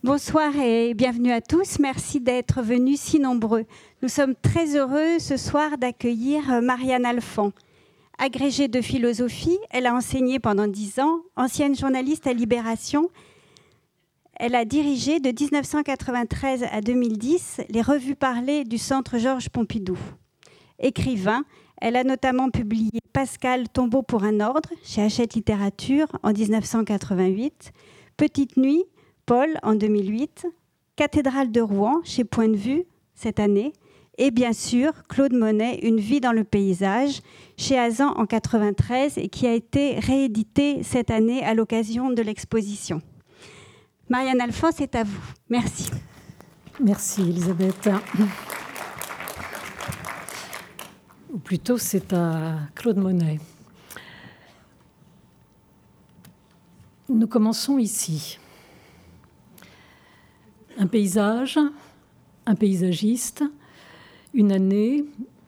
Bonsoir et bienvenue à tous. Merci d'être venus si nombreux. Nous sommes très heureux ce soir d'accueillir Marianne Alphand. Agrégée de philosophie, elle a enseigné pendant 10 ans, ancienne journaliste à Libération. Elle a dirigé de 1993 à 2010 les revues parlées du Centre Georges Pompidou. Écrivain, elle a notamment publié Pascal Tombeau pour un ordre chez Hachette Littérature en 1988, Petite Nuit, Paul en 2008, Cathédrale de Rouen chez Point de Vue cette année, et bien sûr Claude Monet, Une vie dans le paysage chez Azan en 1993 et qui a été réédité cette année à l'occasion de l'exposition. Marianne Alphand, c'est à vous. Merci. Merci Elisabeth. Ou plutôt, c'est à Claude Monet. Nous commençons ici. Un paysage, un paysagiste, une année,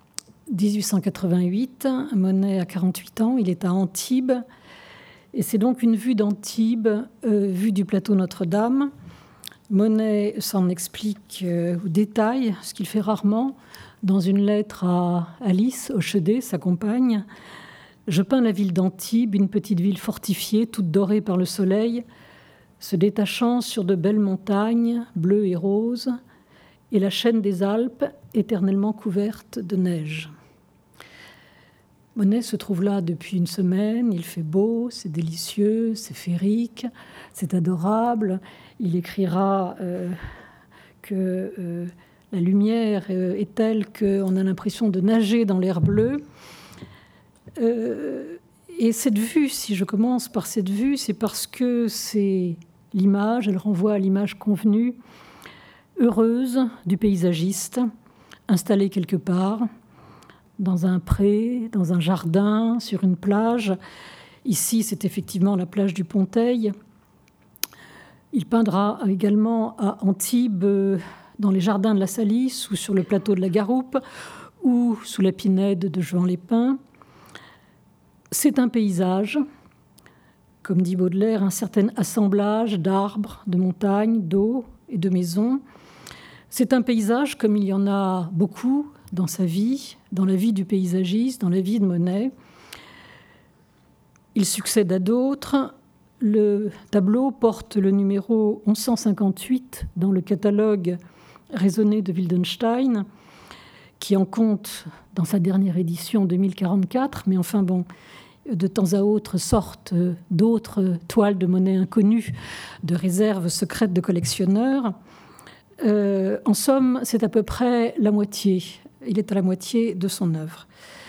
1888, Monet a 48 ans, il est à Antibes, et c'est donc une vue d'Antibes, vue du plateau Notre-Dame. Monet s'en explique au détail, ce qu'il fait rarement, dans une lettre à Alice Hochedet, sa compagne. Je peins la ville d'Antibes, une petite ville fortifiée, toute dorée par le soleil, se détachant sur de belles montagnes, bleues et roses, et la chaîne des Alpes, éternellement couverte de neige. Monet se trouve là depuis une semaine, il fait beau, c'est délicieux, c'est féerique, c'est adorable. Il écrira que la lumière est telle qu'on a l'impression de nager dans l'air bleu. Et cette vue, si je commence par cette vue, c'est parce que c'est l'image, elle renvoie à l'image convenue, heureuse du paysagiste, installé quelque part, dans un pré, dans un jardin, sur une plage. Ici, c'est effectivement la plage du Ponteil. Il peindra également à Antibes, dans les jardins de la Salisse, ou sur le plateau de la Garoupe, ou sous la pinède de Juan Lépin. C'est un paysage, comme dit Baudelaire, un certain assemblage d'arbres, de montagnes, d'eau et de maisons. C'est un paysage comme il y en a beaucoup dans sa vie, dans la vie du paysagiste, dans la vie de Monet. Il succède à d'autres. Le tableau porte le numéro 1158 dans le catalogue raisonné de Wildenstein, qui en compte dans sa dernière édition 2044, mais enfin bon, de temps à autre sortent d'autres toiles de Monet inconnues, de réserves secrètes de collectionneurs. En somme, c'est à peu près la moitié. Il est à la moitié de son œuvre.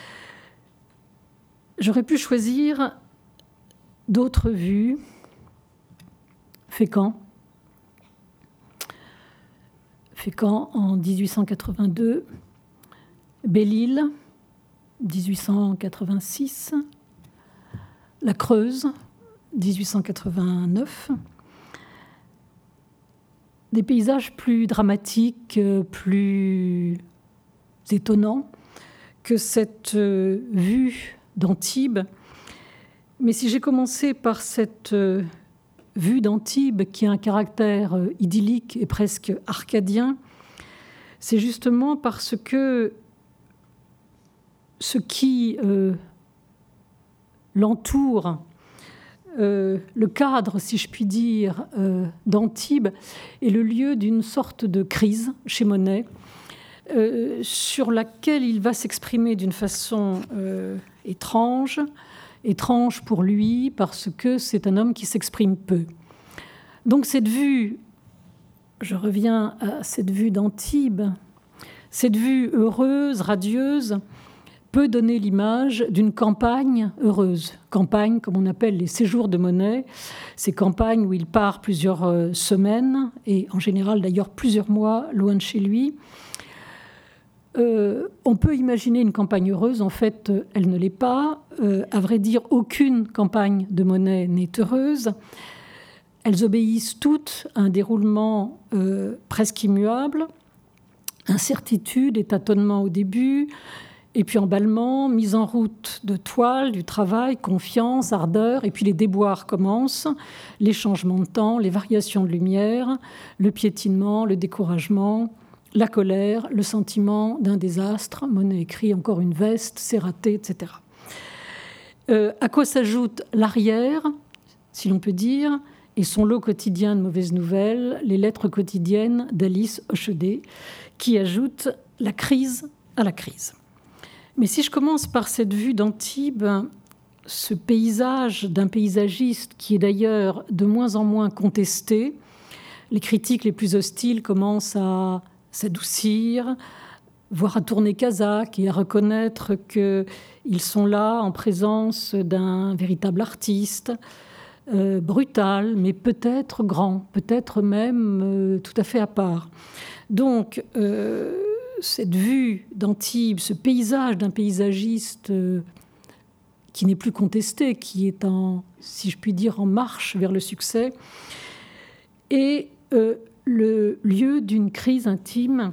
J'aurais pu choisir d'autres vues. Fécamp en 1882, Belle-Île, 1886, La Creuse, 1889. Des paysages plus dramatiques, plus étonnants que cette vue d'Antibes. Mais si j'ai commencé par cette vue d'Antibes qui a un caractère idyllique et presque arcadien, c'est justement parce que ce qui l'entoure, le cadre, si je puis dire, d'Antibes, est le lieu d'une sorte de crise chez Monet, sur laquelle il va s'exprimer d'une façon étrange pour lui, parce que c'est un homme qui s'exprime peu. Donc cette vue, je reviens à cette vue d'Antibes, cette vue heureuse, radieuse, peut donner l'image d'une campagne heureuse. Campagne, comme on appelle les séjours de Monet, ces campagnes où il part plusieurs semaines, et en général d'ailleurs plusieurs mois, loin de chez lui. On peut imaginer une campagne heureuse, en fait, elle ne l'est pas. À vrai dire, aucune campagne de Monet n'est heureuse. Elles obéissent toutes à un déroulement presque immuable, incertitude et tâtonnement au début, Et puis emballement, mise en route de toile, du travail, confiance, ardeur, et puis les déboires commencent, les changements de temps, les variations de lumière, le piétinement, le découragement, la colère, le sentiment d'un désastre. Monet écrit encore une veste, c'est raté, etc. À quoi s'ajoute l'arrière, si l'on peut dire, et son lot quotidien de mauvaises nouvelles, les lettres quotidiennes d'Alice Hochedet, qui ajoutent la crise à la crise. Mais si je commence par cette vue d'Antibes, ce paysage d'un paysagiste qui est d'ailleurs de moins en moins contesté, les critiques les plus hostiles commencent à s'adoucir, voire à tourner Casaque et à reconnaître qu'ils sont là en présence d'un véritable artiste, brutal, mais peut-être grand, peut-être même tout à fait à part. Donc, cette vue d'Antibes, ce paysage d'un paysagiste qui n'est plus contesté, qui est si je puis dire, en marche vers le succès, est le lieu d'une crise intime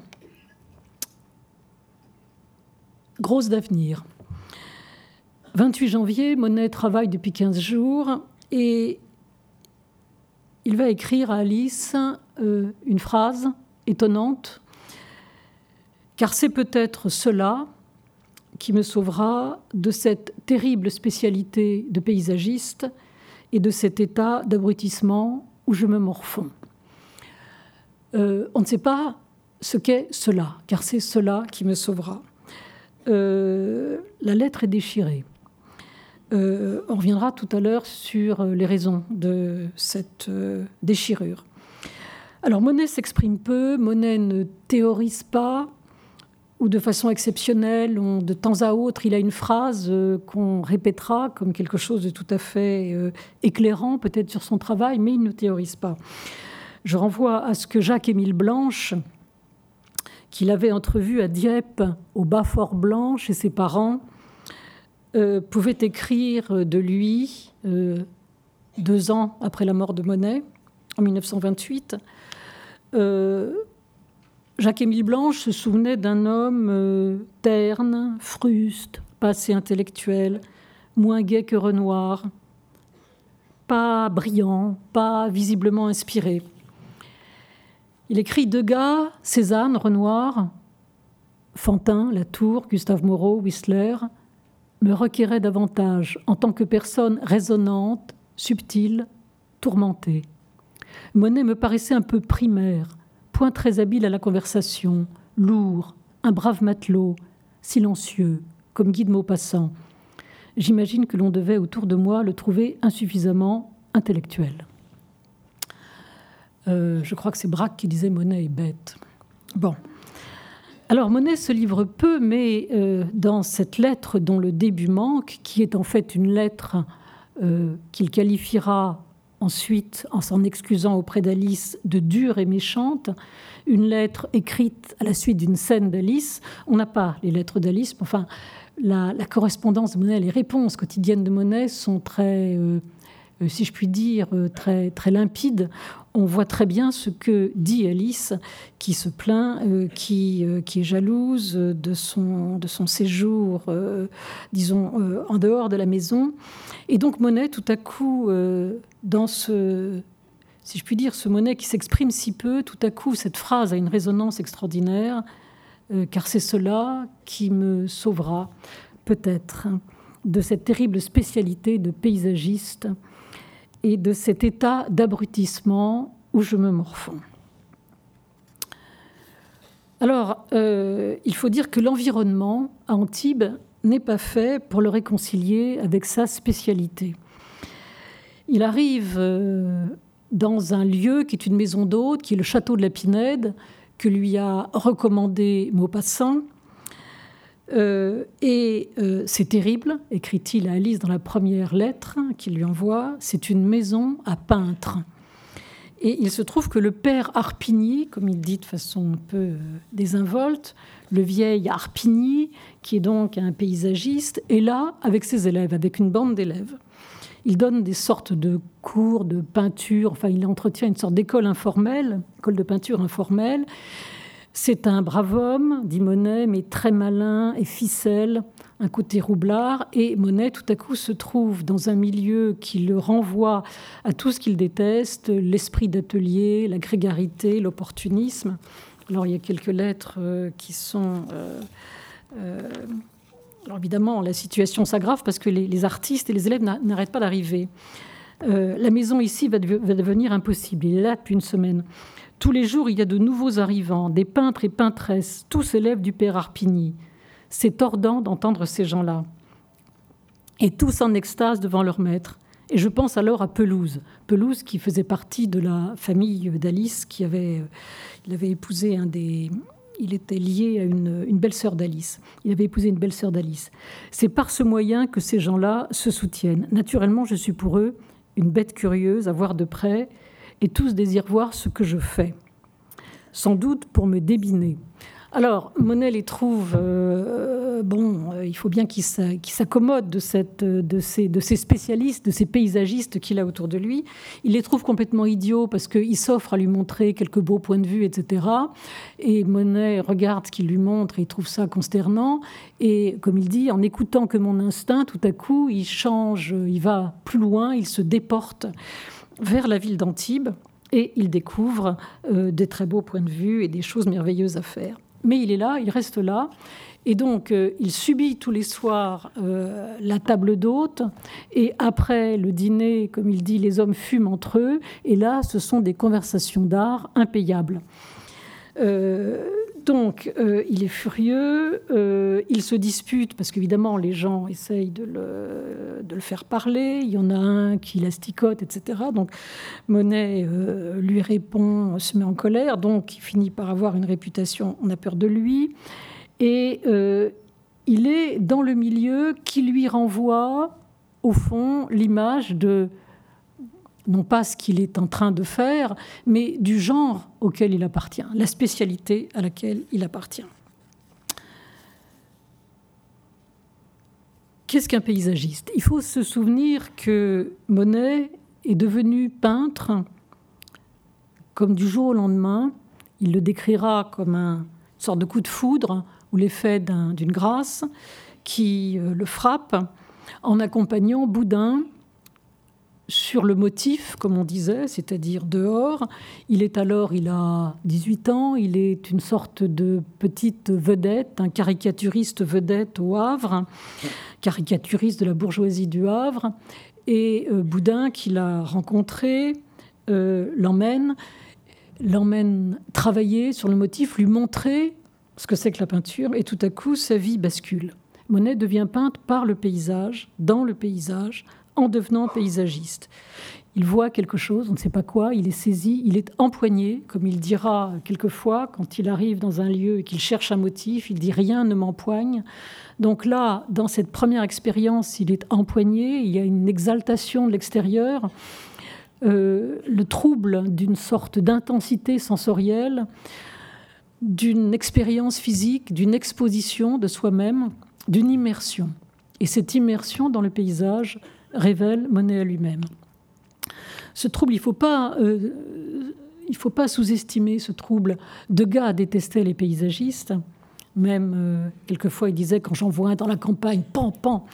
grosse d'avenir. 28 janvier, Monet travaille depuis 15 jours et il va écrire à Alice une phrase étonnante, car c'est peut-être cela qui me sauvera de cette terrible spécialité de paysagiste et de cet état d'abrutissement où je me morfonds. On ne sait pas ce qu'est cela, car c'est cela qui me sauvera. La lettre est déchirée. On reviendra tout à l'heure sur les raisons de cette déchirure. Alors, Monet s'exprime peu, Monet ne théorise pas, ou de façon exceptionnelle, de temps à autre, il a une phrase qu'on répétera comme quelque chose de tout à fait éclairant, peut-être sur son travail, mais il ne théorise pas. Je renvoie à ce que Jacques-Émile Blanche, qu'il avait entrevu à Dieppe, au Bas-Fort-Blanc, chez ses parents, pouvait écrire de lui 2 ans après la mort de Monet, en 1928. Jacques-Émile Blanche se souvenait d'un homme terne, fruste, pas assez intellectuel, moins gai que Renoir, pas brillant, pas visiblement inspiré. Il écrit Degas, Cézanne, Renoir, Fantin, Latour, Gustave Moreau, Whistler, me requérait davantage en tant que personne raisonnante, subtile, tourmentée. Monet me paraissait un peu primaire, point très habile à la conversation, lourd, un brave matelot, silencieux, comme guide Maupassant. J'imagine que l'on devait autour de moi le trouver insuffisamment intellectuel. Je crois que c'est Braque qui disait « Monet est bête ». Bon. Alors, Monet se livre peu, mais dans cette lettre dont le début manque, qui est en fait une lettre qu'il qualifiera ensuite, en s'en excusant auprès d'Alice, de dure et méchante, une lettre écrite à la suite d'une scène d'Alice. On n'a pas les lettres d'Alice, mais enfin, la correspondance de Monet, les réponses quotidiennes de Monet sont très, si je puis dire, très, très limpides. On voit très bien ce que dit Alice, qui se plaint, qui est jalouse de son séjour, disons, en dehors de la maison. Et donc Monet, tout à coup, dans ce, si je puis dire, ce Monet qui s'exprime si peu, tout à coup, cette phrase a une résonance extraordinaire, car c'est cela qui me sauvera, peut-être, de cette terrible spécialité de paysagiste et de cet état d'abrutissement où je me morfonds. Alors, il faut dire que l'environnement à Antibes n'est pas fait pour le réconcilier avec sa spécialité. Il arrive dans un lieu qui est une maison d'hôte, qui est le château de la Pinède, que lui a recommandé Maupassant. C'est terrible, écrit-il à Alice dans la première lettre qu'il lui envoie, c'est une maison à peindre. Et il se trouve que le père Harpigny, comme il dit de façon un peu désinvolte, le vieil Harpigny, qui est donc un paysagiste, est là avec ses élèves, avec une bande d'élèves. Il donne des sortes de cours de peinture, enfin il entretient une sorte d'école informelle, école de peinture informelle. C'est un brave homme, dit Monet, mais très malin et ficelle, un côté roublard. Et Monet, tout à coup, se trouve dans un milieu qui le renvoie à tout ce qu'il déteste, l'esprit d'atelier, la grégarité, l'opportunisme. Alors, il y a quelques lettres qui sont... alors, évidemment, la situation s'aggrave parce que les artistes et les élèves n'arrêtent pas d'arriver. La maison ici va devenir impossible. Il est là depuis une semaine. Tous les jours, il y a de nouveaux arrivants, des peintres et peintresses, tous élèves du père Arpigny. C'est tordant d'entendre ces gens-là. Et tous en extase devant leur maître. Et je pense alors à Pelouse. Pelouse qui faisait partie de la famille d'Alice, il avait épousé il était lié à une belle-sœur d'Alice. Il avait épousé une belle-sœur d'Alice. C'est par ce moyen que ces gens-là se soutiennent. Naturellement, je suis pour eux une bête curieuse à voir de près, et tous désirent voir ce que je fais, sans doute pour me débiner. Alors, Monet les trouve... il faut bien qu'il s'accommode de ces spécialistes, de ces paysagistes qu'il a autour de lui. Il les trouve complètement idiots parce qu'il s'offre à lui montrer quelques beaux points de vue, etc. Et Monet regarde ce qu'il lui montre et il trouve ça consternant. Et comme il dit, en écoutant que mon instinct, tout à coup, il change, il va plus loin, il se déporte vers la ville d'Antibes et il découvre des très beaux points de vue et des choses merveilleuses à faire. Mais il est là, il reste là. Et donc, il subit tous les soirs la table d'hôte. Et après le dîner, comme il dit, les hommes fument entre eux. Et là, ce sont des conversations d'art impayables. Donc, il est furieux. Il se dispute, parce qu'évidemment, les gens essayent de le faire parler. Il y en a un qui l'asticote, etc. Donc, Monet lui répond, se met en colère. Donc, il finit par avoir une réputation, on a peur de lui. Et il est dans le milieu qui lui renvoie, au fond, l'image de, non pas ce qu'il est en train de faire, mais du genre auquel il appartient, la spécialité à laquelle il appartient. Qu'est-ce qu'un paysagiste ? Il faut se souvenir que Monet est devenu peintre comme du jour au lendemain. Il le décrira comme une sorte de coup de foudre ou l'effet d'une grâce qui le frappe en accompagnant Boudin sur le motif, comme on disait, c'est-à-dire dehors. Il a 18 ans, il est une sorte de petite vedette, un caricaturiste vedette au Havre, caricaturiste de la bourgeoisie du Havre. Et Boudin, qu'il a rencontré, l'emmène travailler sur le motif, lui montrer ce que c'est que la peinture, et tout à coup, sa vie bascule. Monet devient peintre par le paysage, dans le paysage, en devenant paysagiste. Il voit quelque chose, on ne sait pas quoi, il est saisi, il est empoigné, comme il dira quelquefois, quand il arrive dans un lieu et qu'il cherche un motif, il dit « rien ne m'empoigne ». Donc là, dans cette première expérience, il est empoigné, il y a une exaltation de l'extérieur, le trouble d'une sorte d'intensité sensorielle, d'une expérience physique, d'une exposition de soi-même, d'une immersion. Et cette immersion dans le paysage révèle Monet à lui-même. Ce trouble, il ne faut pas sous-estimer ce trouble. Degas détestait les paysagistes. Même, quelquefois, il disait, quand j'en vois un dans la campagne, pan, pan.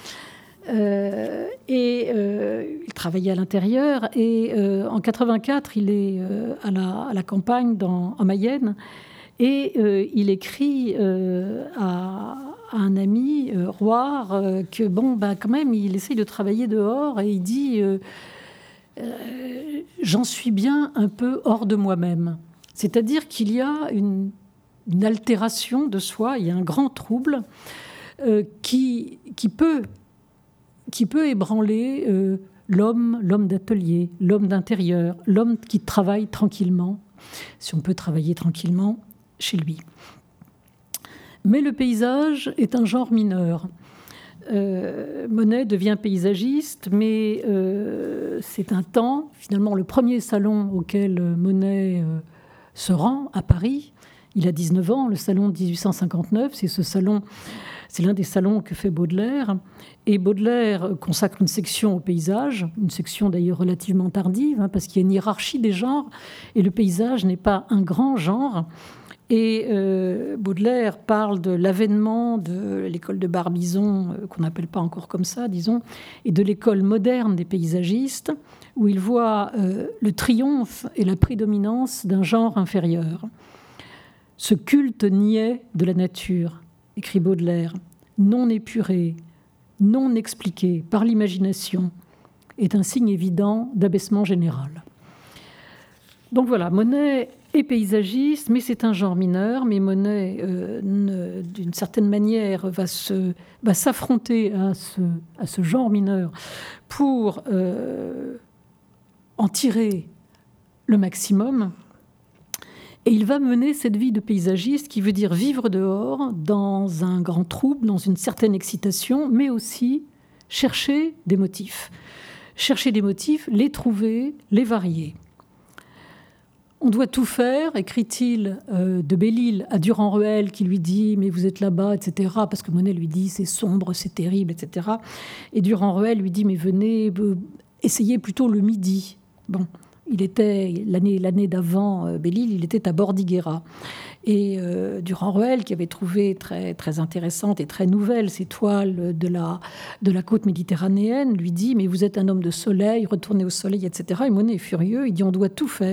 Il travaillait à l'intérieur. Et en 84, il est à la campagne, en Mayenne. Et il écrit à un ami, Roire, que quand même, il essaye de travailler dehors et il dit j'en suis bien un peu hors de moi-même. C'est-à-dire qu'il y a une altération de soi, il y a un grand trouble qui peut ébranler l'homme d'atelier, l'homme d'intérieur, l'homme qui travaille tranquillement, si on peut travailler tranquillement chez lui. Mais le paysage est un genre mineur. Monet devient paysagiste, mais c'est un temps, finalement, le premier salon auquel Monet se rend à Paris. Il a 19 ans, le salon de 1859, c'est l'un des salons que fait Baudelaire. Et Baudelaire consacre une section au paysage, une section d'ailleurs relativement tardive, parce qu'il y a une hiérarchie des genres, et le paysage n'est pas un grand genre. Et Baudelaire parle de l'avènement de l'école de Barbizon, qu'on n'appelle pas encore comme ça, disons, et de l'école moderne des paysagistes, où il voit le triomphe et la prédominance d'un genre inférieur. Ce culte niais de la nature, écrit Baudelaire, non épuré, non expliqué par l'imagination, est un signe évident d'abaissement général. Donc voilà, Monet est paysagiste, mais c'est un genre mineur. Mais Monet, d'une certaine manière, va s'affronter à ce genre mineur pour en tirer le maximum. Et il va mener cette vie de paysagiste qui veut dire vivre dehors, dans un grand trouble, dans une certaine excitation, mais aussi chercher des motifs. Chercher des motifs, les trouver, les varier. On doit tout faire, écrit-il de Belle-Île à Durand-Ruel, qui lui dit « mais vous êtes là-bas », etc. Parce que Monet lui dit « c'est sombre, c'est terrible », etc. Et Durand-Ruel lui dit « mais venez, essayez plutôt le midi ». Bon, il était, l'année d'avant Belle-Île, il était à Bordighera. Et Durand-Ruel, qui avait trouvé très, très intéressante et très nouvelle ces toiles de la côte méditerranéenne, lui dit « mais vous êtes un homme de soleil, retournez au soleil, etc. » Et Monet est furieux, il dit « on doit tout faire ».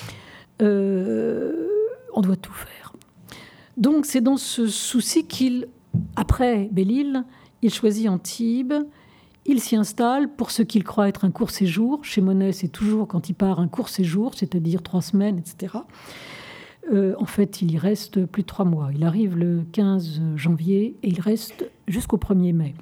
On doit tout faire. Donc c'est dans ce souci qu'il, après Belle-Île, il choisit Antibes, il s'y installe pour ce qu'il croit être un court séjour. Chez Monet, c'est toujours quand il part un court séjour, c'est-à-dire 3 semaines, etc. En fait, il y reste plus de 3 mois. Il arrive le 15 janvier et il reste jusqu'au 1er mai.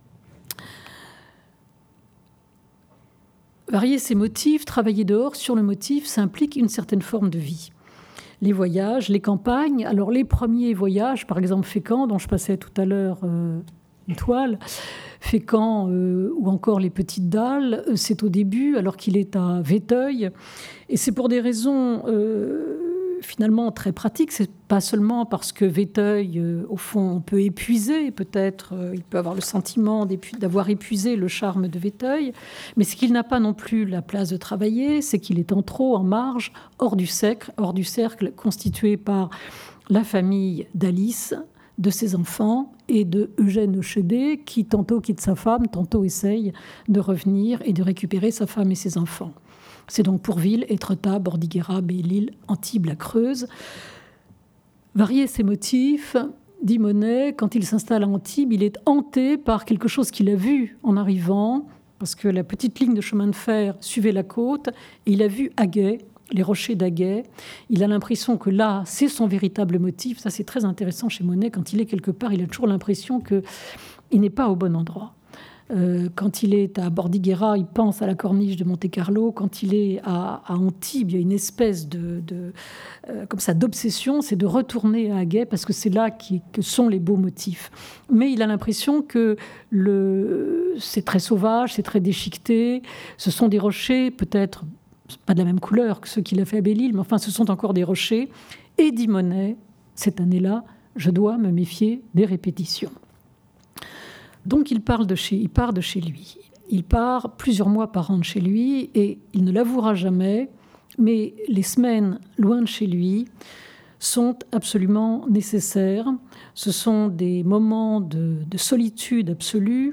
Varier ses motifs, travailler dehors sur le motif, ça implique une certaine forme de vie. Les voyages, les campagnes. Alors les premiers voyages, par exemple Fécamp, dont je passais tout à l'heure une toile, Fécamp ou encore les Petites Dalles, c'est au début, alors qu'il est à Véteuil. Et c'est pour des raisons finalement très pratiques. C'est pas seulement parce que Véteuil, au fond, on peut épuiser, peut-être, il peut avoir le sentiment d'avoir épuisé le charme de Véteuil, mais ce qu'il n'a pas non plus la place de travailler, c'est qu'il est en trop, en marge, hors du cercle constitué par la famille d'Alice, de ses enfants et de Eugène Heuchédé, qui tantôt quitte sa femme, tantôt essaye de revenir et de récupérer sa femme et ses enfants. C'est donc Pourville, Étretat, Bordighera, Belle-Île, Antibes, la Creuse. Varier ses motifs, dit Monet, quand il s'installe à Antibes, il est hanté par quelque chose qu'il a vu en arrivant, parce que la petite ligne de chemin de fer suivait la côte, et il a vu Aguet, les rochers d'Aguet. Il a l'impression que là, c'est son véritable motif. Ça, c'est très intéressant chez Monet. Quand il est quelque part, il a toujours l'impression qu'il n'est pas au bon endroit. Quand il est à Bordighera, il pense à la corniche de Monte-Carlo. Quand il est à Antibes, il y a une espèce comme ça, d'obsession, c'est de retourner à Aguet parce que c'est là que sont les beaux motifs. Mais il a l'impression que c'est très sauvage, c'est très déchiqueté. Ce sont des rochers, peut-être pas de la même couleur que ceux qu'il a fait à Belle-Île, mais enfin, ce sont encore des rochers. Et dit Monet, cette année-là, je dois me méfier des répétitions. Donc il part de chez lui. Il part plusieurs mois par an de chez lui et il ne l'avouera jamais, mais les semaines loin de chez lui sont absolument nécessaires. Ce sont des moments de solitude absolue.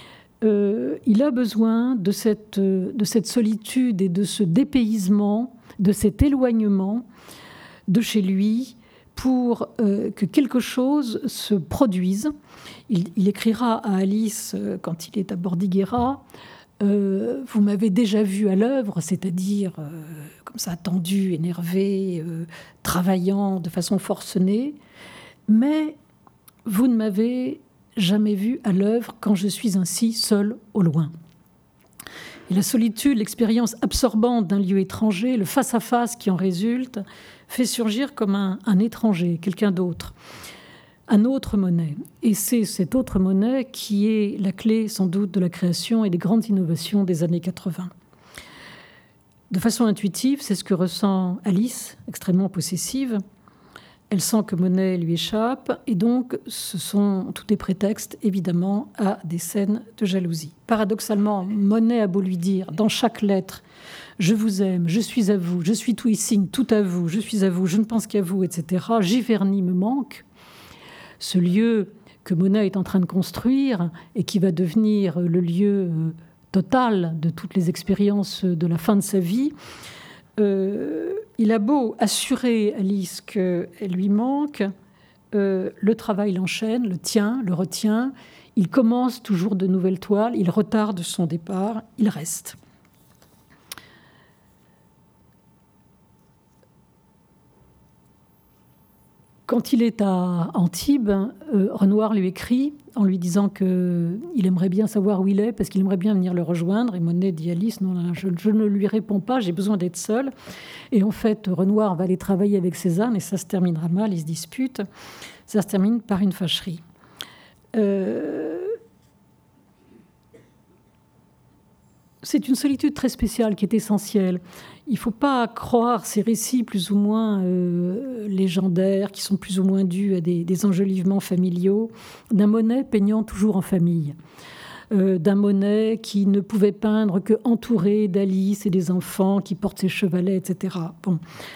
Il a besoin de cette solitude et de ce dépaysement, de cet éloignement de chez lui pour que quelque chose se produise. Il écrira à Alice, quand il est à Bordighera, « Vous m'avez déjà vu à l'œuvre, c'est-à-dire comme ça, tendu, énervé, travaillant de façon forcenée, mais vous ne m'avez jamais vu à l'œuvre quand je suis ainsi seul au loin. » Et la solitude, l'expérience absorbante d'un lieu étranger, le face-à-face qui en résulte, fait surgir comme un étranger, quelqu'un d'autre, un autre Monet. Et c'est cet autre Monet qui est la clé, sans doute, de la création et des grandes innovations des années 80. De façon intuitive, c'est ce que ressent Alice, extrêmement possessive. Elle sent que Monet lui échappe, et donc tout est prétexte, évidemment, à des scènes de jalousie. Paradoxalement, Monet a beau lui dire, dans chaque lettre, « Je vous aime, je suis à vous, je suis tout ici, tout à vous, je suis à vous, je ne pense qu'à vous, etc. » Giverny me manque. Ce lieu que Monet est en train de construire et qui va devenir le lieu total de toutes les expériences de la fin de sa vie, il a beau assurer Alice qu'elle lui manque, le travail l'enchaîne, le retient, il commence toujours de nouvelles toiles, il retarde son départ, il reste. Quand il est à Antibes, Renoir lui écrit en lui disant qu'il aimerait bien savoir où il est parce qu'il aimerait bien venir le rejoindre. Et Monet dit à Alice, non, je ne lui réponds pas, j'ai besoin d'être seule. Et en fait, Renoir va aller travailler avec Cézanne et ça se terminera mal, ils se disputent. Ça se termine par une fâcherie. C'est une solitude très spéciale qui est essentielle. Il ne faut pas croire ces récits plus ou moins légendaires, qui sont plus ou moins dus à des enjolivements familiaux, d'un Monet peignant toujours en famille, d'un Monet qui ne pouvait peindre qu'entouré d'Alice et des enfants qui portent ses chevalets, etc. Bon.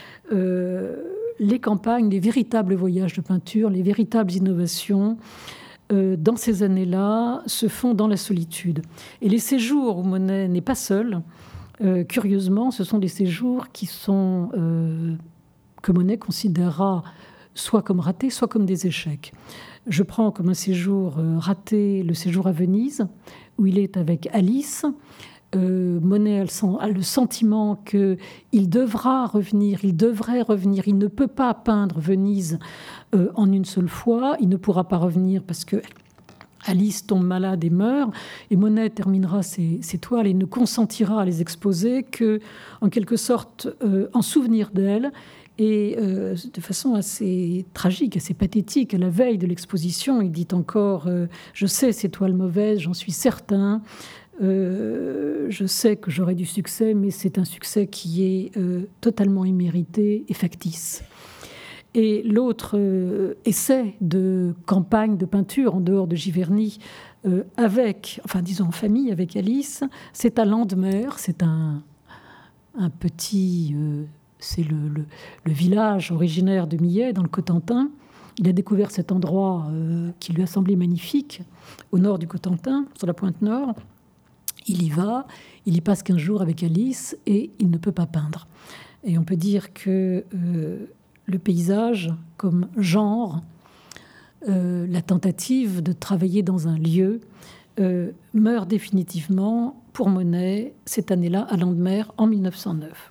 Les campagnes, les véritables voyages de peinture, les véritables innovations, dans ces années-là, se font dans la solitude. Et les séjours où Monet n'est pas seul, curieusement, ce sont des séjours qui sont, que Monet considérera soit comme ratés, soit comme des échecs. Je prends comme un séjour raté le séjour à Venise, où il est avec Alice. Monet a le sentiment qu'il devra revenir, il devrait revenir, il ne peut pas peindre Venise en une seule fois, il ne pourra pas revenir parce que Alice tombe malade et meurt, et Monet terminera ses toiles et ne consentira à les exposer que, en quelque sorte, en souvenir d'elle, et de façon assez tragique, assez pathétique. À la veille de l'exposition, il dit encore « Je sais ces toiles mauvaises, j'en suis certain. Je sais que j'aurai du succès, mais c'est un succès qui est totalement immérité et factice. » Et l'autre essai de campagne de peinture en dehors de Giverny, en famille avec Alice, c'est à Landemer. C'est un petit... c'est le village originaire de Millet, dans le Cotentin. Il a découvert cet endroit qui lui a semblé magnifique, au nord du Cotentin, sur la pointe nord. Il y va, il y passe 15 jours avec Alice et il ne peut pas peindre. Et on peut dire que le paysage, comme genre, la tentative de travailler dans un lieu, meurt définitivement pour Monet cette année-là à Landemer en 1909.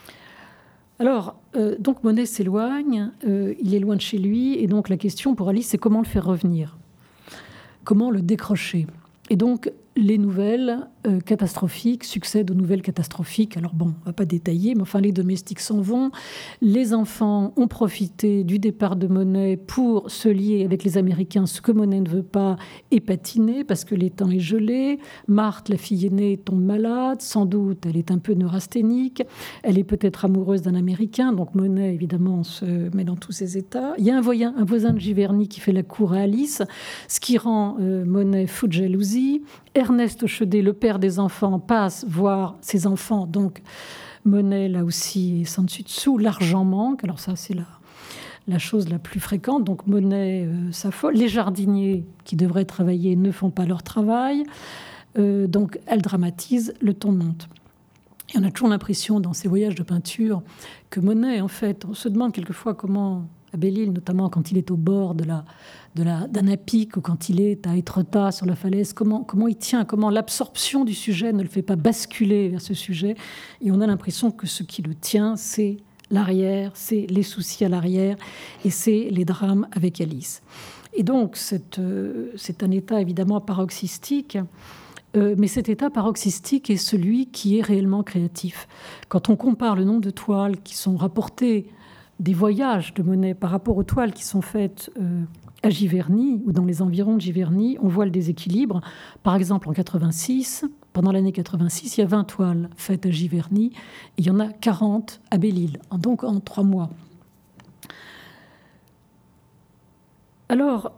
Alors, donc Monet s'éloigne, il est loin de chez lui, et donc la question pour Alice, c'est comment le faire revenir, comment le décrocher. Et donc, les nouvelles catastrophiques succèdent aux nouvelles catastrophiques. Alors bon, on ne va pas détailler, mais enfin, les domestiques s'en vont. Les enfants ont profité du départ de Monet pour se lier avec les Américains, ce que Monet ne veut pas, et patiner parce que l'étang est gelé. Marthe, la fille aînée, tombe malade. Sans doute, elle est un peu neurasthénique. Elle est peut-être amoureuse d'un Américain. Donc Monet, évidemment, se met dans tous ces états. Il y a un voisin de Giverny qui fait la cour à Alice, ce qui rend Monet fou de jalousie. Ernest Chaudet, le père des enfants, passe voir ses enfants. Donc, Monet, là aussi, est sans dessus-dessous. L'argent manque. Alors ça, c'est la chose la plus fréquente. Donc, Monet s'affole. Les jardiniers qui devraient travailler ne font pas leur travail. Donc, elle dramatise. Le ton monte. Et on a toujours l'impression, dans ces voyages de peinture, que Monet, en fait, on se demande quelquefois comment, à Belle-Île, notamment quand il est au bord d'un apic ou quand il est à Étretat sur la falaise, comment il tient, comment l'absorption du sujet ne le fait pas basculer vers ce sujet. Et on a l'impression que ce qui le tient, c'est l'arrière, c'est les soucis à l'arrière et c'est les drames avec Alice. Et donc, c'est un état évidemment paroxystique, mais cet état paroxystique est celui qui est réellement créatif. Quand on compare le nombre de toiles qui sont rapportées des voyages de Monet par rapport aux toiles qui sont faites à Giverny ou dans les environs de Giverny, on voit le déséquilibre. Par exemple, en 86, pendant l'année 86, il y a 20 toiles faites à Giverny et il y en a 40 à Belle-Île, donc en 3 mois. Alors,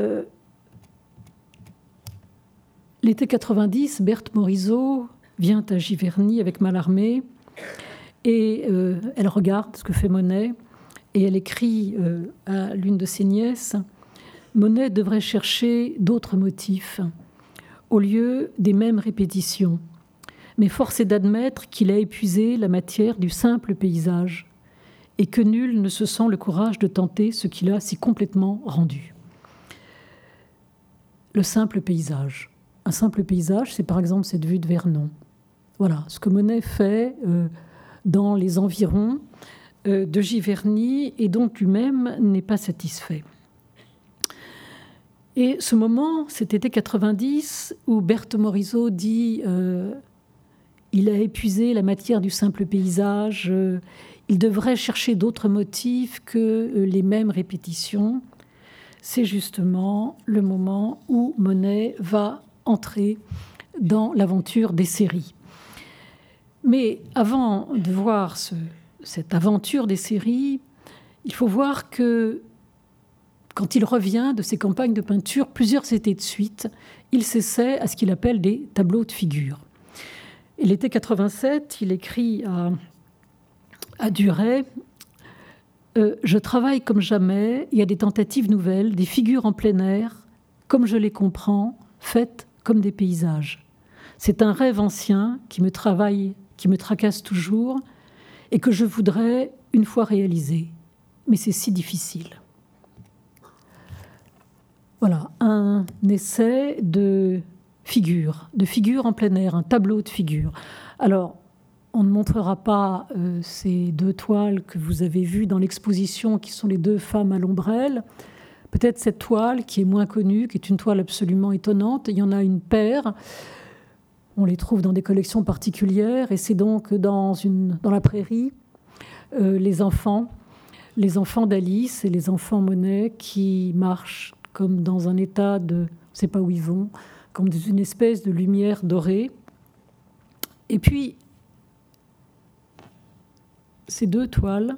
l'été 90, Berthe Morisot vient à Giverny avec Mallarmé et elle regarde ce que fait Monet et elle écrit à l'une de ses nièces « Monet devrait chercher d'autres motifs au lieu des mêmes répétitions. Mais force est d'admettre qu'il a épuisé la matière du simple paysage et que nul ne se sent le courage de tenter ce qu'il a si complètement rendu. » Le simple paysage. Un simple paysage, c'est par exemple cette vue de Vernon. Voilà, ce que Monet fait dans les environs de Giverny et dont lui-même n'est pas satisfait. Et ce moment, cet été 90, où Berthe Morisot dit il a épuisé la matière du simple paysage, il devrait chercher d'autres motifs que les mêmes répétitions. C'est justement le moment où Monet va entrer dans l'aventure des séries. Mais avant de voir cette aventure des séries, il faut voir que quand il revient de ses campagnes de peinture, plusieurs étés de suite, il s'essaie à ce qu'il appelle des tableaux de figures. Et l'été 87, il écrit à Duret je travaille comme jamais, il y a des tentatives nouvelles, des figures en plein air, comme je les comprends, faites comme des paysages. C'est un rêve ancien qui me tracasse toujours et que je voudrais une fois réaliser. Mais c'est si difficile. Voilà, un essai de figures en plein air, un tableau de figures. Alors, on ne montrera pas ces deux toiles que vous avez vues dans l'exposition, qui sont les deux femmes à l'ombrelle. Peut-être cette toile qui est moins connue, qui est une toile absolument étonnante. Il y en a une paire. On les trouve dans des collections particulières. Et c'est donc dans la prairie, les enfants d'Alice et les enfants Monet qui marchent comme dans un état de, on ne sait pas où ils vont, comme dans une espèce de lumière dorée. Et puis, ces deux toiles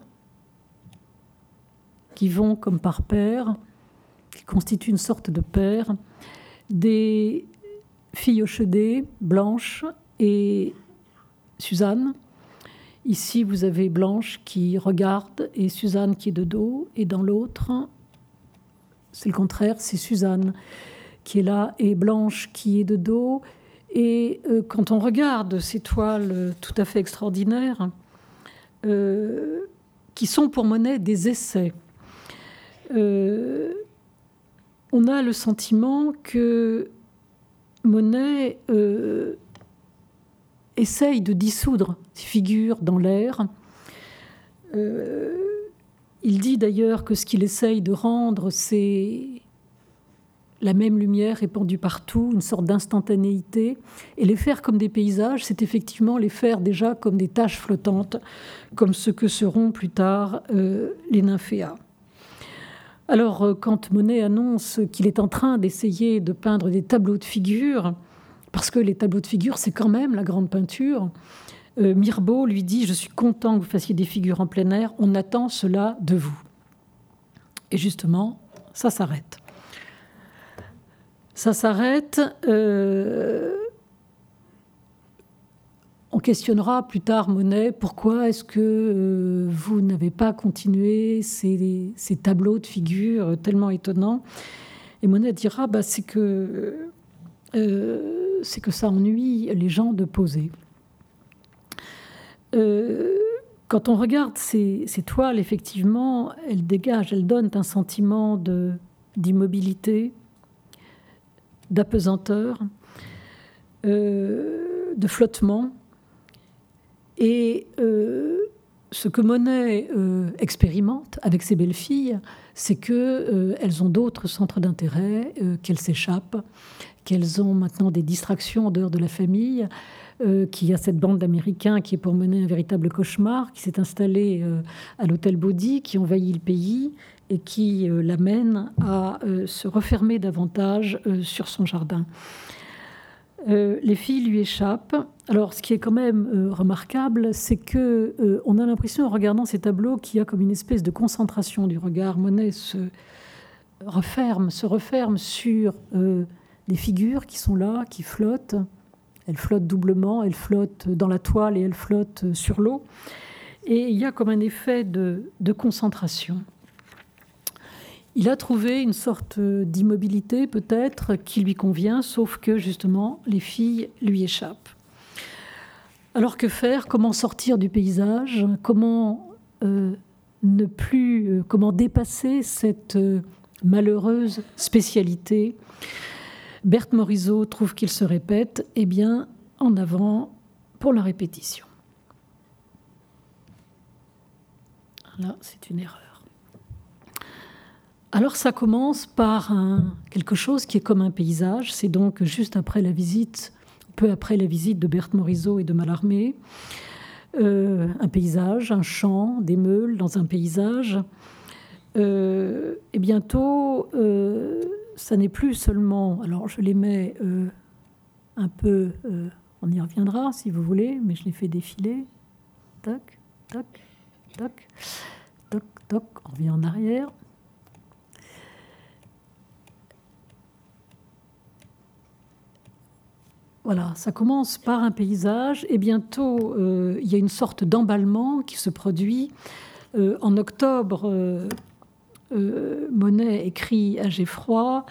qui vont comme par paire, qui constituent une sorte de paire, des filles Hochet, Blanche et Suzanne. Ici, vous avez Blanche qui regarde et Suzanne qui est de dos, et dans l'autre, c'est le contraire, c'est Suzanne qui est là et Blanche qui est de dos. Et quand on regarde ces toiles tout à fait extraordinaires, qui sont pour Monet des essais, on a le sentiment que Monet essaye de dissoudre ces figures dans l'air. Il dit d'ailleurs que ce qu'il essaye de rendre, c'est la même lumière répandue partout, une sorte d'instantanéité. Et les faire comme des paysages, c'est effectivement les faire déjà comme des taches flottantes, comme ce que seront plus tard les nymphéas. Alors, quand Monet annonce qu'il est en train d'essayer de peindre des tableaux de figures, parce que les tableaux de figures, c'est quand même la grande peinture, Mirbeau lui dit « Je suis content que vous fassiez des figures en plein air, on attend cela de vous. » Et justement, ça s'arrête. Ça s'arrête. On questionnera plus tard Monet, pourquoi est-ce que vous n'avez pas continué ces tableaux de figures tellement étonnants? Et Monet dira, c'est que ça ennuie les gens de poser. Quand on regarde ces toiles, effectivement, elles dégagent, elles donnent un sentiment d'immobilité, d'apesanteur, de flottement. Et ce que Monet expérimente avec ses belles filles, c'est qu'elles ont d'autres centres d'intérêt, qu'elles s'échappent, qu'elles ont maintenant des distractions en dehors de la famille, qu'il y a cette bande d'Américains qui est pour Monet un véritable cauchemar, qui s'est installée à l'hôtel Baudy, qui envahit le pays et qui l'amène à se refermer davantage sur son jardin. Les filles lui échappent. Alors, ce qui est quand même remarquable, c'est que on a l'impression, en regardant ces tableaux, qu'il y a comme une espèce de concentration du regard. Monet se referme sur des figures qui sont là, qui flottent. Elles flottent doublement, elles flottent dans la toile et elles flottent sur l'eau. Et il y a comme un effet de concentration. Il a trouvé une sorte d'immobilité peut-être qui lui convient, sauf que justement les filles lui échappent. Alors que faire? Comment sortir du paysage? Comment comment dépasser cette malheureuse spécialité? Berthe Morisot trouve qu'il se répète. Eh bien, en avant pour la répétition. Là, c'est une erreur. Alors, ça commence par quelque chose qui est comme un paysage. C'est donc juste après la visite, peu après la visite de Berthe Morisot et de Mallarmé. Un paysage, un champ, des meules dans un paysage. Et bientôt, ça n'est plus seulement... Alors, je les mets un peu... on y reviendra, si vous voulez, mais je les fais défiler. Tac, tac, tac, toc, toc. On revient en arrière. Voilà, ça commence par un paysage et bientôt, il y a une sorte d'emballement qui se produit. En octobre, Monet écrit à Geffroy.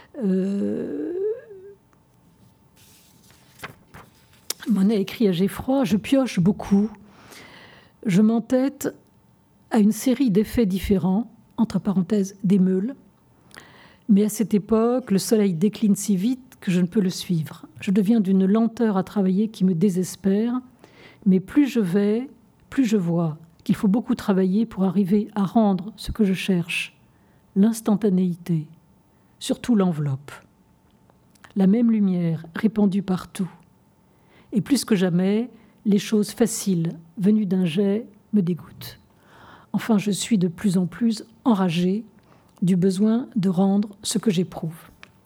Monet écrit à Geffroy: « Je pioche beaucoup. Je m'entête à une série d'effets différents, entre parenthèses des meules. Mais à cette époque, le soleil décline si vite que je ne peux le suivre. Je deviens d'une lenteur à travailler qui me désespère, mais plus je vais, plus je vois qu'il faut beaucoup travailler pour arriver à rendre ce que je cherche, l'instantanéité, surtout l'enveloppe. La même lumière répandue partout. Et plus que jamais, les choses faciles venues d'un jet me dégoûtent. Enfin, je suis de plus en plus enragée du besoin de rendre ce que j'éprouve. »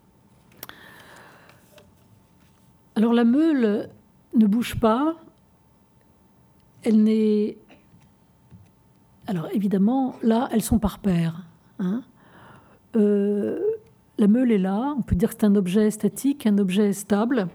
Alors la meule ne bouge pas, elle n'est... Alors évidemment, là, elles sont par paires. Hein. La meule est là, on peut dire que c'est un objet statique, un objet stable,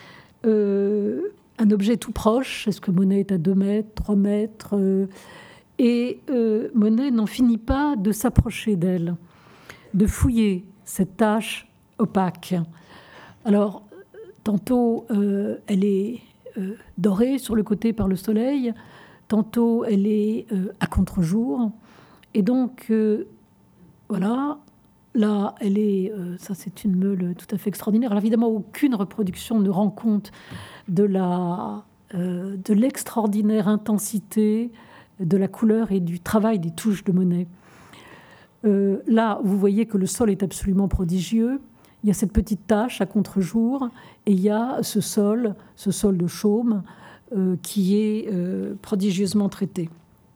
un objet tout proche. Est-ce que Monet est à 2 mètres, 3 mètres et Monet n'en finit pas de s'approcher d'elle, de fouiller cette tache opaque. Alors, tantôt, elle est dorée sur le côté par le soleil, tantôt, elle est à contre-jour. Et donc, voilà, là, elle est... ça, c'est une meule tout à fait extraordinaire. Alors, évidemment, aucune reproduction ne rend compte de l'extraordinaire intensité de la couleur et du travail des touches de Monet. Là, vous voyez que le sol est absolument prodigieux. Il y a cette petite tache à contre-jour et il y a ce sol de chaume qui est prodigieusement traité.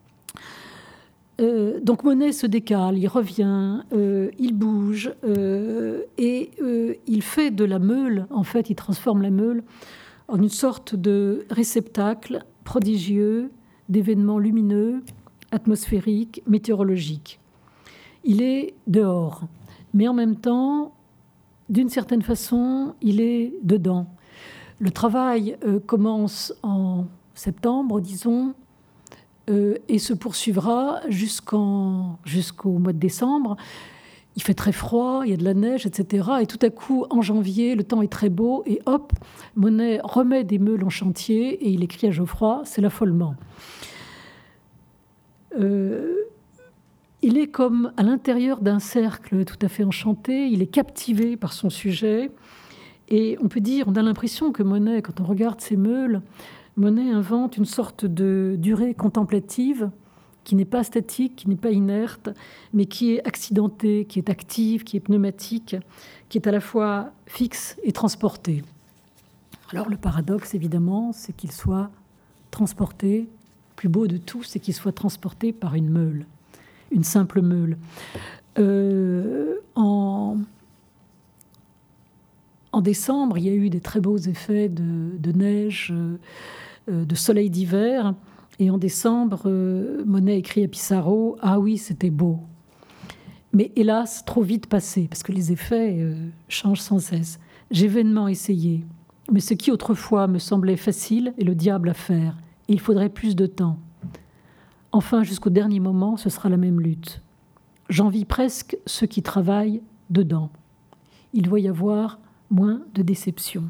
Donc Monet se décale, il revient, il bouge et il fait de la meule, en fait, il transforme la meule en une sorte de réceptacle prodigieux d'événements lumineux, atmosphériques, météorologiques. Il est dehors, mais en même temps, d'une certaine façon, il est dedans. Le travail commence en septembre, disons, et se poursuivra jusqu'au mois de décembre. Il fait très froid, il y a de la neige, etc. Et tout à coup, en janvier, le temps est très beau, et hop, Monet remet des meules en chantier, et il écrit à Geoffroy, c'est l'affolement. Il est comme à l'intérieur d'un cercle tout à fait enchanté, il est captivé par son sujet, et on peut dire, on a l'impression que Monet, quand on regarde ses meules, Monet invente une sorte de durée contemplative qui n'est pas statique, qui n'est pas inerte, mais qui est accidentée, qui est active, qui est pneumatique, qui est à la fois fixe et transportée. Alors le paradoxe, évidemment, c'est qu'il soit transporté, le plus beau de tout, c'est qu'il soit transporté par une meule, une simple meule. En décembre, il y a eu des très beaux effets de neige, de soleil d'hiver. Et en décembre, Monet écrit à Pissarro « Ah oui, c'était beau ». mais hélas, trop vite passé, parce que les effets changent sans cesse. J'ai vainement essayé, mais ce qui autrefois me semblait facile est le diable à faire, et il faudrait plus de temps. Enfin, jusqu'au dernier moment, ce sera la même lutte. J'envie presque ceux qui travaillent dedans. Il doit y avoir moins de déception.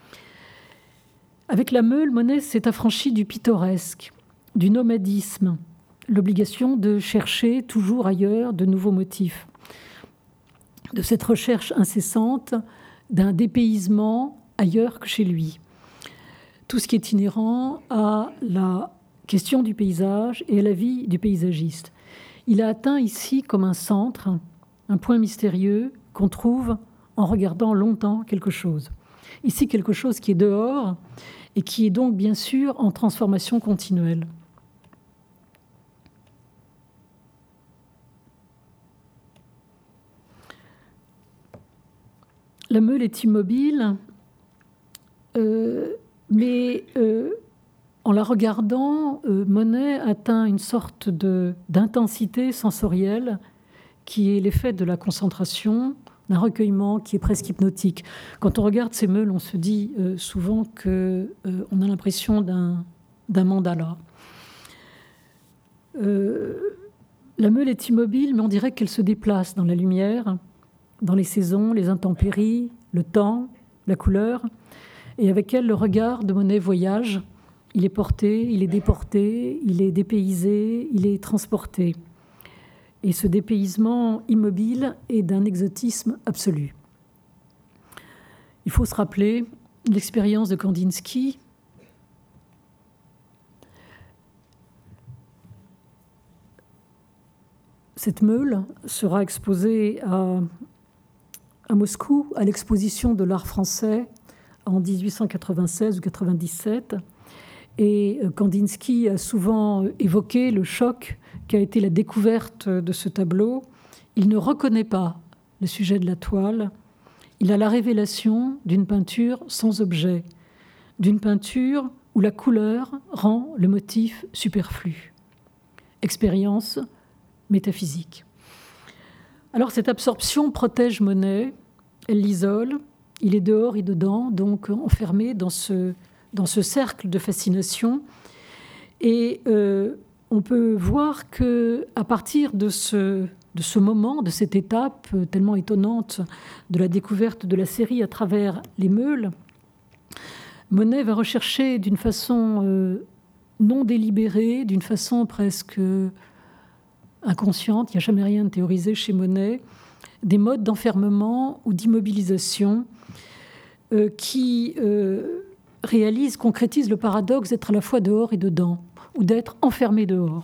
Avec la Meule, Monet s'est affranchi du pittoresque, du nomadisme, l'obligation de chercher toujours ailleurs de nouveaux motifs, de cette recherche incessante d'un dépaysement ailleurs que chez lui. Tout ce qui est inhérent à la question du paysage et à la vie du paysagiste. Il a atteint ici comme un centre, un point mystérieux qu'on trouve en regardant longtemps quelque chose. Ici, quelque chose qui est dehors et qui est donc bien sûr en transformation continuelle. La Meule est immobile, mais en la regardant, Monet atteint une sorte d'intensité sensorielle qui est l'effet de la concentration, d'un recueillement qui est presque hypnotique. Quand on regarde ces meules, on se dit souvent qu'on a l'impression d'un mandala. La meule est immobile, mais on dirait qu'elle se déplace dans la lumière, dans les saisons, les intempéries, le temps, la couleur. Et avec elle, le regard de Monet voyage. Il est porté, il est déporté, il est dépaysé, il est transporté. Et ce dépaysement immobile est d'un exotisme absolu. Il faut se rappeler l'expérience de Kandinsky. Cette meule sera exposée à Moscou, à l'exposition de l'art français en 1896 ou 97. Et Kandinsky a souvent évoqué le choc qu'a été la découverte de ce tableau. Il ne reconnaît pas le sujet de la toile. Il a la révélation d'une peinture sans objet, d'une peinture où la couleur rend le motif superflu. Expérience métaphysique. Alors cette absorption protège Monet, elle l'isole, il est dehors et dedans, donc enfermé dans ce cercle de fascination. Et on peut voir qu'à partir de ce moment, de cette étape tellement étonnante de la découverte de la série à travers les meules, Monet va rechercher d'une façon non délibérée, d'une façon presque inconsciente, il n'y a jamais rien de théorisé chez Monet, des modes d'enfermement ou d'immobilisation qui réalisent, concrétisent le paradoxe d'être à la fois dehors et dedans, ou d'être enfermé dehors.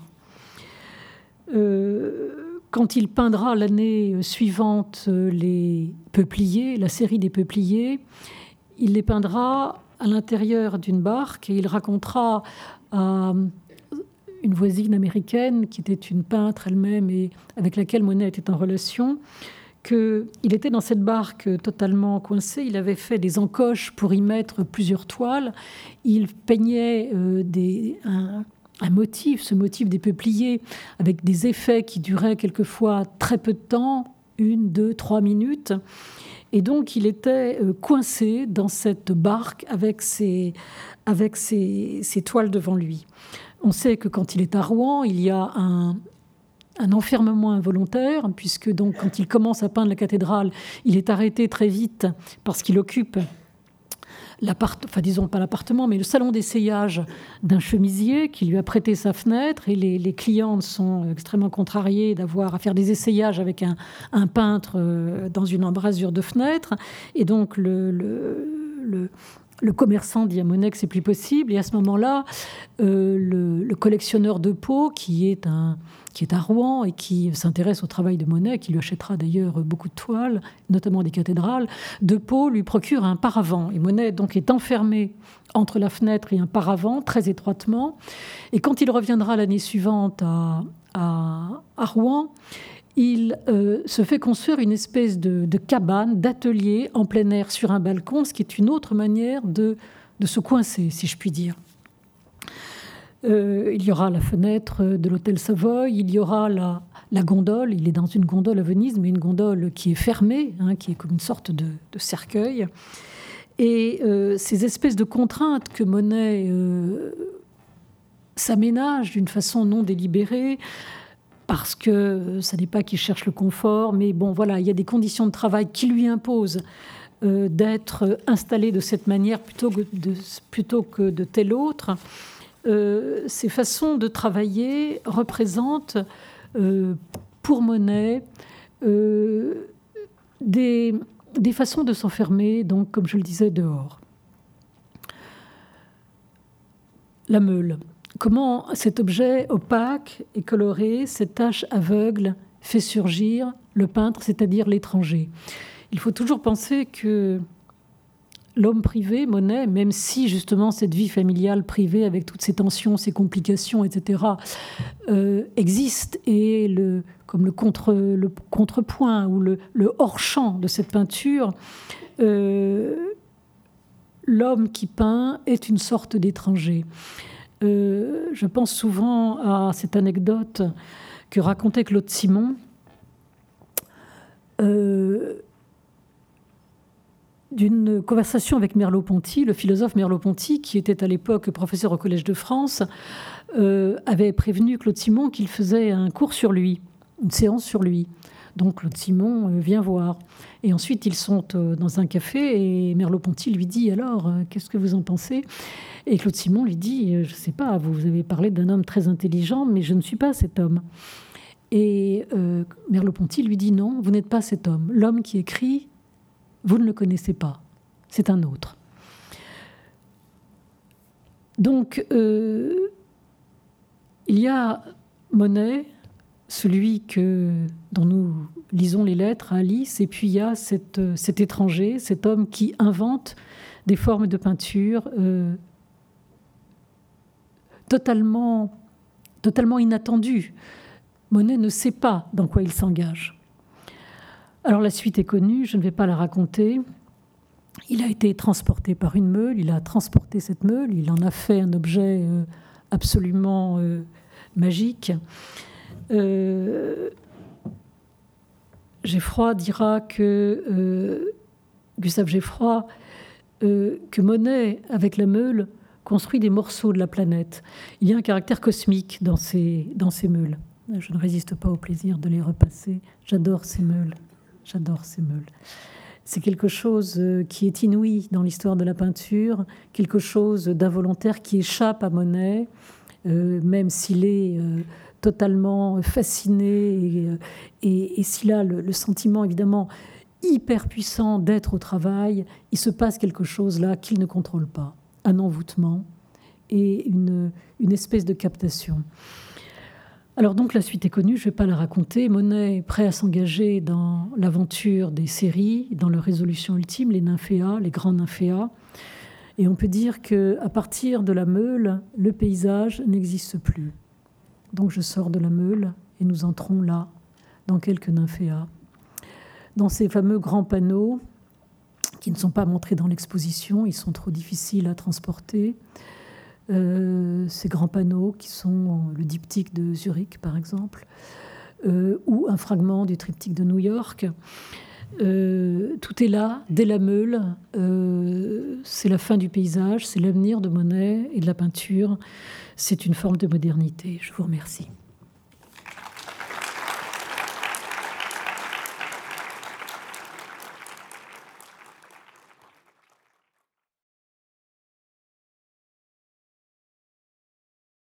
Quand il peindra l'année suivante les peupliers, la série des peupliers, il les peindra à l'intérieur d'une barque et il racontera à une voisine américaine qui était une peintre elle-même et avec laquelle Monet était en relation, qu'il était dans cette barque totalement coincé. Il avait fait des encoches pour y mettre plusieurs toiles. Il peignait un motif, ce motif des peupliers, avec des effets qui duraient quelquefois très peu de temps, 1, 2, 3 minutes. Et donc, il était coincé dans cette barque avec ses toiles devant lui. On sait que quand il est à Rouen, il y a un enfermement involontaire, puisque donc, quand il commence à peindre la cathédrale, il est arrêté très vite parce qu'il occupe disons pas l'appartement, mais le salon d'essayage d'un chemisier qui lui a prêté sa fenêtre. Et les clientes sont extrêmement contrariées d'avoir à faire des essayages avec un peintre dans une embrasure de fenêtre. Et donc, le commerçant dit à Monet que c'est plus possible. Et à ce moment-là, le collectionneur de peaux, qui est à Rouen et qui s'intéresse au travail de Monet, qui lui achètera d'ailleurs beaucoup de toiles, notamment des cathédrales, de Pau lui procure un paravent. Et Monet donc est enfermé entre la fenêtre et un paravent, très étroitement. Et quand il reviendra l'année suivante à Rouen, il se fait construire une espèce de cabane, d'atelier en plein air sur un balcon, ce qui est une autre manière de se coincer, si je puis dire. Il y aura la fenêtre de l'hôtel Savoy, il y aura la gondole. Il est dans une gondole à Venise, mais une gondole qui est fermée, qui est comme une sorte de cercueil. Et ces espèces de contraintes que Monet s'aménage d'une façon non délibérée, parce que ça n'est pas qu'il cherche le confort, mais bon, voilà, il y a des conditions de travail qui lui imposent d'être installé de cette manière plutôt que de telle autre. Ces façons de travailler représentent pour Monet des façons de s'enfermer, donc, comme je le disais, dehors. La meule. Comment cet objet opaque et coloré, cette tache aveugle, fait surgir le peintre, c'est-à-dire l'étranger. Il faut toujours penser que l'homme privé, Monet, même si justement cette vie familiale privée avec toutes ses tensions, ses complications, etc., existe et comme le contrepoint ou le hors-champ de cette peinture, l'homme qui peint est une sorte d'étranger. Je pense souvent à cette anecdote que racontait Claude Simon d'une conversation avec Merleau-Ponty, le philosophe Merleau-Ponty, qui était à l'époque professeur au Collège de France, avait prévenu Claude Simon qu'il faisait un cours sur lui, une séance sur lui. Donc Claude Simon vient voir. Et ensuite, ils sont dans un café et Merleau-Ponty lui dit « Alors, qu'est-ce que vous en pensez ?» Et Claude Simon lui dit « Je ne sais pas, vous avez parlé d'un homme très intelligent, mais je ne suis pas cet homme. » Et Merleau-Ponty lui dit « Non, vous n'êtes pas cet homme. L'homme qui écrit, vous ne le connaissez pas. C'est un autre. » Donc, il y a Monet, celui dont nous lisons les lettres à Alice, et puis il y a cet étranger, cet homme qui invente des formes de peinture totalement inattendues. Monet ne sait pas dans quoi il s'engage. Alors la suite est connue, je ne vais pas la raconter. Il a été transporté par une meule, il a transporté cette meule, il en a fait un objet absolument magique. Geffroy dira Gustave Geffroy, que Monet, avec la meule, construit des morceaux de la planète. Il y a un caractère cosmique dans ces meules. Je ne résiste pas au plaisir de les repasser. J'adore ces meules. J'adore ces meules. C'est quelque chose qui est inouï dans l'histoire de la peinture, quelque chose d'involontaire qui échappe à Monet, même s'il est totalement fasciné et s'il a le sentiment évidemment hyper puissant d'être au travail, il se passe quelque chose là qu'il ne contrôle pas, un envoûtement et une espèce de captation. Alors donc la suite est connue, je ne vais pas la raconter. Monet est prêt à s'engager dans l'aventure des séries, dans leur résolution ultime, les nymphéas, les grands nymphéas. Et on peut dire qu'à partir de la meule, le paysage n'existe plus. Donc je sors de la meule et nous entrons là, dans quelques nymphéas. Dans ces fameux grands panneaux qui ne sont pas montrés dans l'exposition, ils sont trop difficiles à transporter. Ces grands panneaux qui sont le diptyque de Zurich, par exemple, ou un fragment du triptyque de New York. Tout est là, dès la meule. C'est la fin du paysage, c'est l'avenir de Monet et de la peinture. C'est une forme de modernité. Je vous remercie.